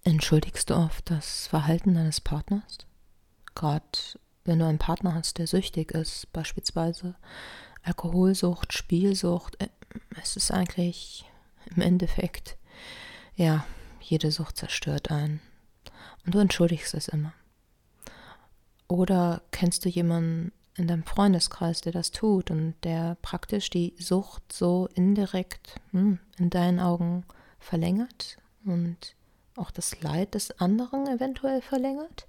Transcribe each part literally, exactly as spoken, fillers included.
Entschuldigst du oft das Verhalten deines Partners? Gerade wenn du einen Partner hast, der süchtig ist, beispielsweise Alkoholsucht, Spielsucht, äh, es ist eigentlich im Endeffekt, ja, jede Sucht zerstört einen. Und du entschuldigst es immer. Oder kennst du jemanden in deinem Freundeskreis, der das tut und der praktisch die Sucht so indirekt hm, in deinen Augen verlängert und auch das Leid des anderen eventuell verlängert?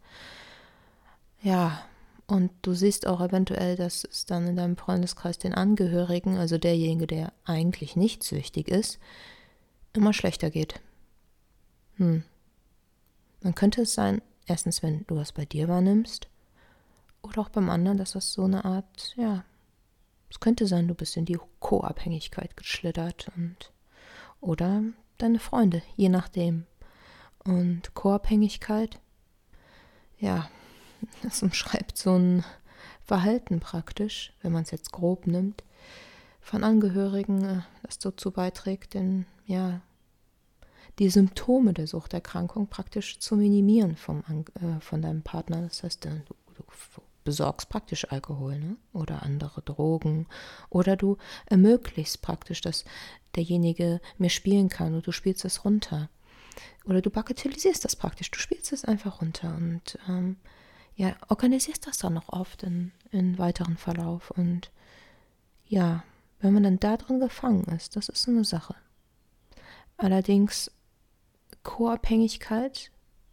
Ja, und du siehst auch eventuell, dass es dann in deinem Freundeskreis den Angehörigen, also derjenige, der eigentlich nicht süchtig ist, immer schlechter geht. Hm. Dann könnte es sein, erstens, wenn du was bei dir wahrnimmst, oder auch beim anderen, dass das so eine Art, ja, es könnte sein, du bist in die Co-Abhängigkeit geschlittert und oder deine Freunde, je nachdem. Und Co-Abhängigkeit, ja, das umschreibt so ein Verhalten praktisch, wenn man es jetzt grob nimmt, von Angehörigen, das dazu beiträgt, denn ja, die Symptome der Suchterkrankung praktisch zu minimieren vom, äh, von deinem Partner. Das heißt, du, du besorgst praktisch Alkohol, ne? Oder andere Drogen, oder du ermöglichst praktisch, dass derjenige mehr spielen kann und du spielst es runter. Oder du bagatellisierst das praktisch, du spielst es einfach runter und ähm, ja, organisierst das dann noch oft in, in weiteren Verlauf. Und ja, wenn man dann da drin gefangen ist, das ist so eine Sache. Allerdings Co-Abhängigkeit,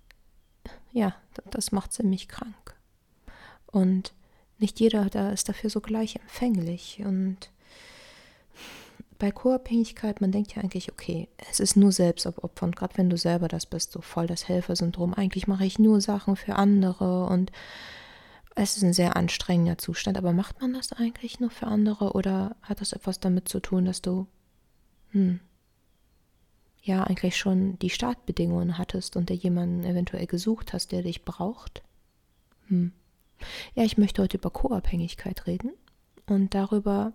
ja, das macht ziemlich krank. Und nicht jeder da ist dafür so gleich empfänglich. Und bei Co-Abhängigkeit, man denkt ja eigentlich, okay, es ist nur Selbstopfer. Und gerade wenn du selber das bist, so voll das Helfersyndrom, eigentlich mache ich nur Sachen für andere und es ist ein sehr anstrengender Zustand. Aber macht man das eigentlich nur für andere oder hat das etwas damit zu tun, dass du, hm, ja, eigentlich schon die Startbedingungen hattest und dir jemanden eventuell gesucht hast, der dich braucht? Hm. Ja, ich möchte heute über Co-Abhängigkeit reden und darüber,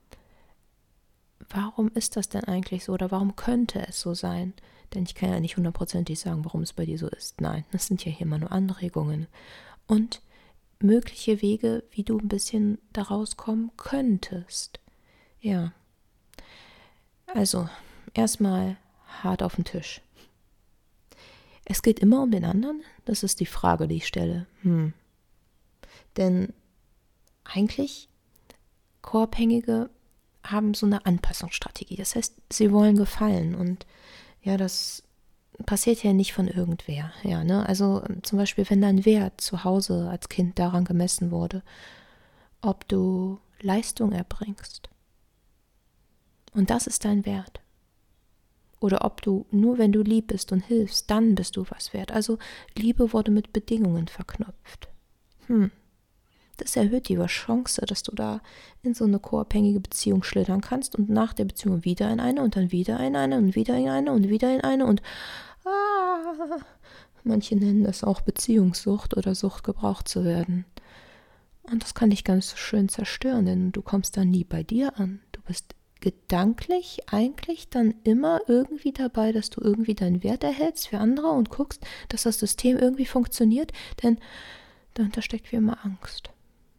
warum ist das denn eigentlich so oder warum könnte es so sein? Denn ich kann ja nicht hundertprozentig sagen, warum es bei dir so ist. Nein, das sind ja hier immer nur Anregungen. Und mögliche Wege, wie du ein bisschen daraus kommen könntest. Ja. Also, erstmal hart auf den Tisch. Es geht immer um den anderen? Das ist die Frage, die ich stelle. Hm. Denn eigentlich, Co-Abhängige haben so eine Anpassungsstrategie. Das heißt, sie wollen gefallen und ja, das passiert ja nicht von irgendwer. Ja, ne? Also zum Beispiel, wenn dein Wert zu Hause als Kind daran gemessen wurde, ob du Leistung erbringst. Und das ist dein Wert. Oder ob du nur, wenn du lieb bist und hilfst, dann bist du was wert. Also Liebe wurde mit Bedingungen verknüpft. Hm. Das erhöht die Chance, dass du da in so eine co-abhängige Beziehung schlittern kannst und nach der Beziehung wieder in eine und dann wieder in eine und wieder in eine und wieder in eine und ah, manche nennen das auch Beziehungssucht oder Sucht, gebraucht zu werden. Und das kann dich ganz schön zerstören, denn du kommst dann nie bei dir an. Du bist gedanklich eigentlich dann immer irgendwie dabei, dass du irgendwie deinen Wert erhältst für andere und guckst, dass das System irgendwie funktioniert, denn dahinter steckt wie immer Angst.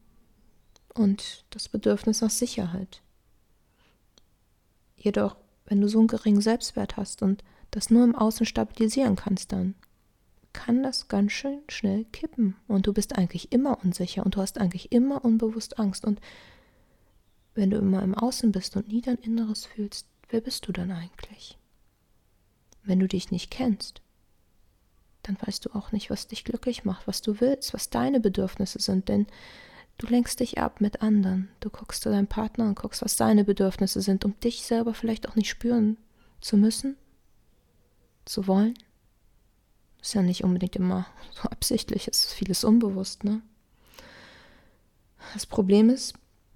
Und das Bedürfnis nach Sicherheit. Jedoch, wenn du so einen geringen Selbstwert hast und das nur im Außen stabilisieren kannst, dann kann das ganz schön schnell kippen. Und du bist eigentlich immer unsicher und du hast eigentlich immer unbewusst Angst. Und wenn du immer im Außen bist und nie dein Inneres fühlst, wer bist du dann eigentlich? Wenn du dich nicht kennst, dann weißt du auch nicht, was dich glücklich macht, was du willst, was deine Bedürfnisse sind, denn du lenkst dich ab mit anderen. Du guckst zu deinem Partner und guckst, was deine Bedürfnisse sind, um dich selber vielleicht auch nicht spüren zu müssen, zu wollen. Ist ja nicht unbedingt immer so absichtlich, es ist vieles unbewusst, ne? Das Problem ist,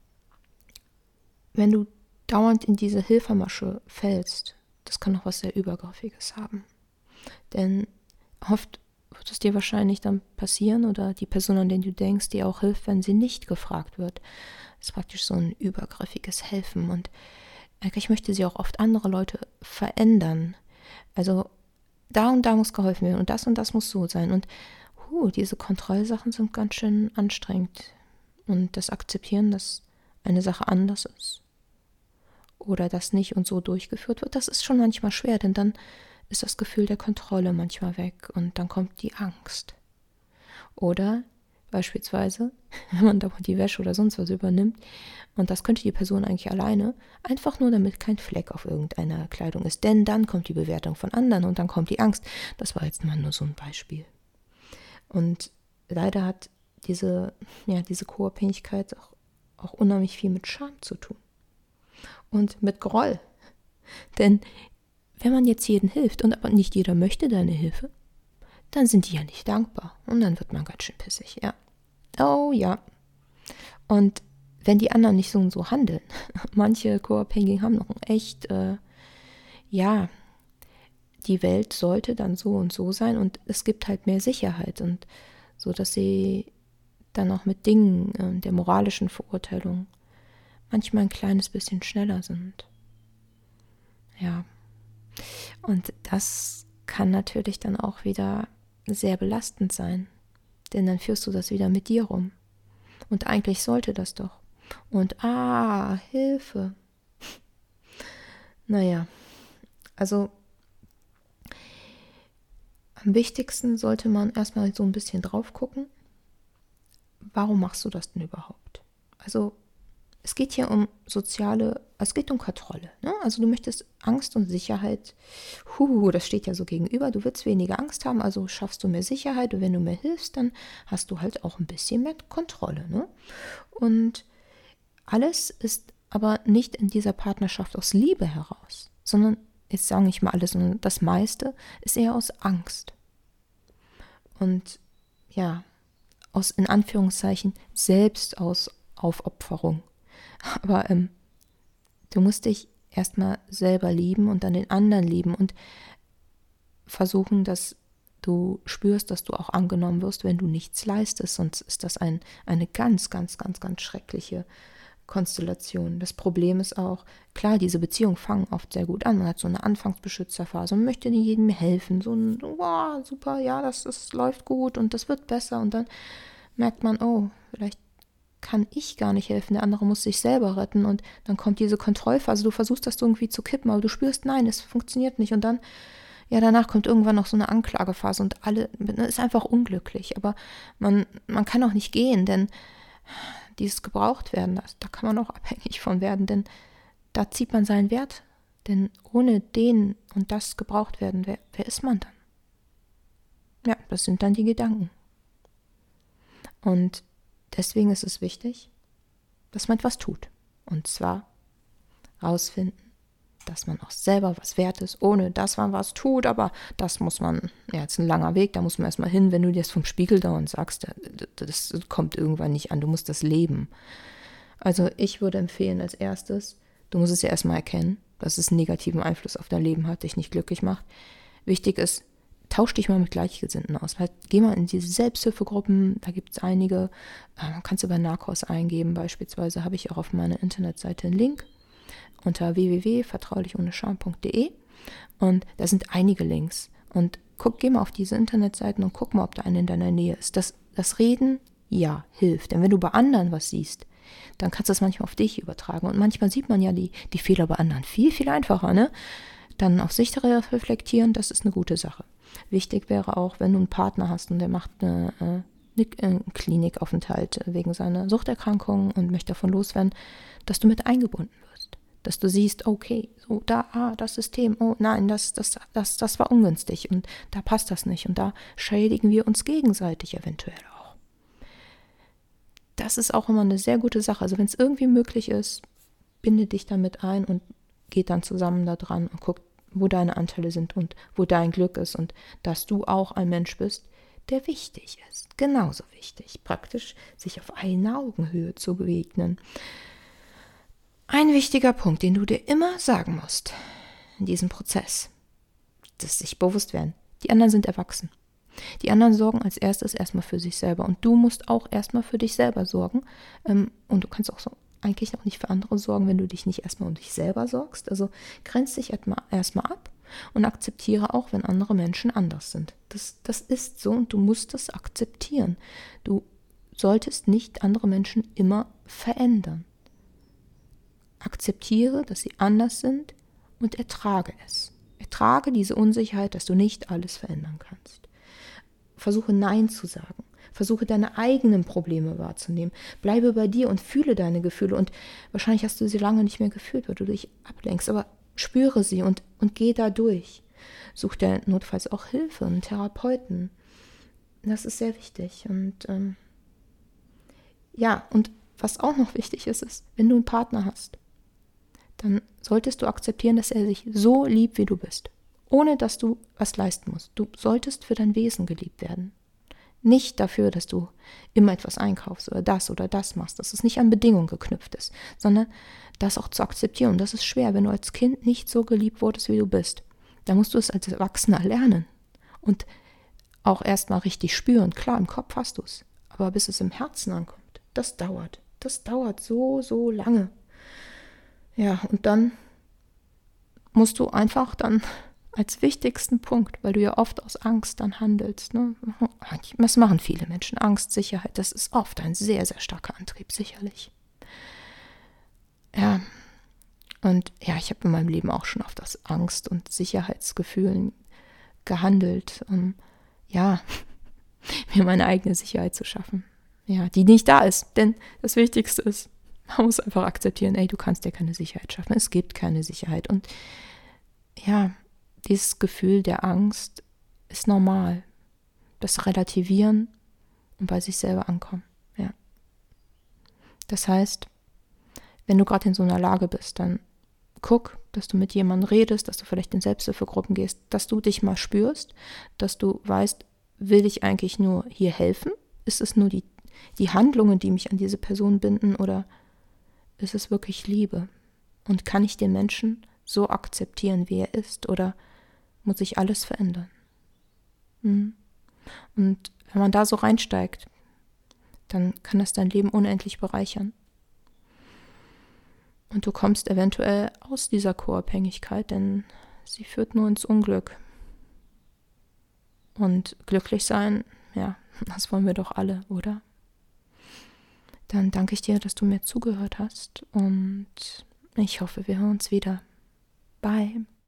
wenn du dauernd in diese Hilfermasche fällst, das kann auch was sehr Übergriffiges haben. Denn oft wird es dir wahrscheinlich dann passieren oder die Person, an den du denkst, die auch hilft, wenn sie nicht gefragt wird. Das ist praktisch so ein übergriffiges Helfen und eigentlich möchte sie auch oft andere Leute verändern. Also da und da muss geholfen werden und das und das muss so sein. Und huh, diese Kontrollsachen sind ganz schön anstrengend. Und das Akzeptieren, dass eine Sache anders ist oder das nicht und so durchgeführt wird, das ist schon manchmal schwer, denn dann ist das Gefühl der Kontrolle manchmal weg und dann kommt die Angst. Oder beispielsweise, wenn man da die Wäsche oder sonst was übernimmt und das könnte die Person eigentlich alleine, einfach nur damit kein Fleck auf irgendeiner Kleidung ist, denn dann kommt die Bewertung von anderen und dann kommt die Angst. Das war jetzt mal nur so ein Beispiel. Und leider hat diese, ja, diese Co-Abhängigkeit auch, auch unheimlich viel mit Scham zu tun und mit Groll. Denn wenn man jetzt jedem hilft und aber nicht jeder möchte deine Hilfe, dann sind die ja nicht dankbar und dann wird man ganz schön pissig, ja. Oh ja. Und wenn die anderen nicht so und so handeln, manche Co-Abhängigen haben noch ein echt, äh, ja, die Welt sollte dann so und so sein und es gibt halt mehr Sicherheit und so, dass sie dann auch mit Dingen äh, der moralischen Verurteilung manchmal ein kleines bisschen schneller sind. Ja. Und das kann natürlich dann auch wieder sehr belastend sein, denn dann führst du das wieder mit dir rum. Und eigentlich sollte das doch. Und ah, Hilfe. Naja, also am wichtigsten sollte man erstmal so ein bisschen drauf gucken, warum machst du das denn überhaupt? Also es geht hier um soziale, es geht um Kontrolle. Ne? Also du möchtest Angst und Sicherheit, huh, das steht ja so gegenüber, du willst weniger Angst haben, also schaffst du mehr Sicherheit und wenn du mehr hilfst, dann hast du halt auch ein bisschen mehr Kontrolle. Ne? Und alles ist aber nicht in dieser Partnerschaft aus Liebe heraus, sondern, jetzt sage ich mal alles, sondern das meiste ist eher aus Angst. Und ja, aus, in Anführungszeichen, selbst aus Aufopferung. Aber ähm, du musst dich erstmal selber lieben und dann den anderen lieben und versuchen, dass du spürst, dass du auch angenommen wirst, wenn du nichts leistest. Sonst ist das ein, eine ganz, ganz, ganz, ganz schreckliche Konstellation. Das Problem ist auch, klar, diese Beziehungen fangen oft sehr gut an. Man hat so eine Anfangsbeschützerphase und möchte jedem helfen. So ein, wow, super, ja, das, das läuft gut und das wird besser. Und dann merkt man, oh, vielleicht kann ich gar nicht helfen, der andere muss sich selber retten und dann kommt diese Kontrollphase, du versuchst das irgendwie zu kippen, aber du spürst, nein, es funktioniert nicht und dann, ja, danach kommt irgendwann noch so eine Anklagephase und alle, ist einfach unglücklich, aber man, man kann auch nicht gehen, denn dieses Gebrauchtwerden, das, da kann man auch abhängig von werden, denn da zieht man seinen Wert, denn ohne den und das gebraucht werden, wer, wer ist man dann? Ja, das sind dann die Gedanken. Und deswegen ist es wichtig, dass man etwas tut. Und zwar rausfinden, dass man auch selber was wert ist, ohne dass man was tut. Aber das muss man, ja, jetzt ein langer Weg, da muss man erstmal hin, wenn du dir das vom Spiegel dauernd sagst, das kommt irgendwann nicht an, du musst das leben. Also ich würde empfehlen als erstes, du musst es ja erstmal erkennen, dass es einen negativen Einfluss auf dein Leben hat, dich nicht glücklich macht. Wichtig ist, tausch dich mal mit Gleichgesinnten aus. Halt, geh mal in diese Selbsthilfegruppen, da gibt es einige. Man kann es über Narcos eingeben, beispielsweise habe ich auch auf meiner Internetseite einen Link unter w w w punkt vertraulich ohne scham punkt d e und da sind einige Links. Und guck, geh mal auf diese Internetseiten und guck mal, ob da eine in deiner Nähe ist. Das, das Reden, ja, hilft. Denn wenn du bei anderen was siehst, dann kannst du das manchmal auf dich übertragen. Und manchmal sieht man ja die, die Fehler bei anderen viel, viel einfacher, ne? Dann auf sich reflektieren, das ist eine gute Sache. Wichtig wäre auch, wenn du einen Partner hast und der macht eine, eine, einen Klinikaufenthalt wegen seiner Suchterkrankung und möchte davon loswerden, dass du mit eingebunden wirst. Dass du siehst, okay, so da, ah, das System, oh nein, das, das, das, das war ungünstig und da passt das nicht und da schädigen wir uns gegenseitig eventuell auch. Das ist auch immer eine sehr gute Sache. Also wenn es irgendwie möglich ist, binde dich damit ein und geht dann zusammen da dran und guckt, wo deine Anteile sind und wo dein Glück ist und dass du auch ein Mensch bist, der wichtig ist. Genauso wichtig, praktisch sich auf einer Augenhöhe zu begegnen. Ein wichtiger Punkt, den du dir immer sagen musst in diesem Prozess, das sich bewusst werden. Die anderen sind erwachsen. Die anderen sorgen als erstes erstmal für sich selber und du musst auch erstmal für dich selber sorgen und du kannst auch so eigentlich auch nicht für andere sorgen, wenn du dich nicht erstmal um dich selber sorgst. Also grenz dich erstmal ab Und akzeptiere auch, wenn andere Menschen anders sind. Das, das ist so und du musst das akzeptieren. Du solltest nicht andere Menschen immer verändern. Akzeptiere, dass sie anders sind und ertrage es. Ertrage diese Unsicherheit, dass du nicht alles verändern kannst. Versuche Nein zu sagen. Versuche deine eigenen Probleme wahrzunehmen. Bleibe bei dir und fühle deine Gefühle. Und wahrscheinlich hast du sie lange nicht mehr gefühlt, weil du dich ablenkst. Aber spüre sie und, und geh da durch. Such dir notfalls auch Hilfe, einen Therapeuten. Das ist sehr wichtig. Und ähm, ja, und was auch noch wichtig ist, ist, wenn du einen Partner hast, dann solltest du akzeptieren, dass er sich so liebt, wie du bist. Ohne dass du was leisten musst. Du solltest für dein Wesen geliebt werden. Nicht dafür, dass du immer etwas einkaufst oder das oder das machst, dass es nicht an Bedingungen geknüpft ist, sondern das auch zu akzeptieren. Und das ist schwer, wenn du als Kind nicht so geliebt wurdest, wie du bist. Da musst du es als Erwachsener lernen und auch erstmal richtig spüren. Klar, im Kopf hast du es, aber bis es im Herzen ankommt, das dauert. Das dauert so, so lange. Ja, und dann musst du einfach dann als wichtigsten Punkt, weil du ja oft aus Angst dann handelst. Ne? Das machen viele Menschen. Angst, Sicherheit, das ist oft ein sehr, sehr starker Antrieb, sicherlich. Ja, und ja, ich habe in meinem Leben auch schon oft aus Angst und Sicherheitsgefühlen gehandelt, um, ja, mir meine eigene Sicherheit zu schaffen. Ja, die nicht da ist, denn das Wichtigste ist, man muss einfach akzeptieren, ey, du kannst dir keine Sicherheit schaffen. Es gibt keine Sicherheit. Und ja, dieses Gefühl der Angst ist normal. Das Relativieren und bei sich selber ankommen. Ja. Das heißt, wenn du gerade in so einer Lage bist, dann guck, dass du mit jemandem redest, dass du vielleicht in Selbsthilfegruppen gehst, dass du dich mal spürst, dass du weißt, will ich eigentlich nur hier helfen? Ist es nur die, die Handlungen, die mich an diese Person binden, oder ist es wirklich Liebe? Und kann ich den Menschen so akzeptieren, wie er ist, oder muss ich alles verändern? Hm. Und wenn man da so reinsteigt, dann kann das dein Leben unendlich bereichern. Und du kommst eventuell aus dieser Co-Abhängigkeit, denn sie führt nur ins Unglück. Und glücklich sein, ja, das wollen wir doch alle, oder? Dann danke ich dir, dass du mir zugehört hast und ich hoffe, wir hören uns wieder. Bye.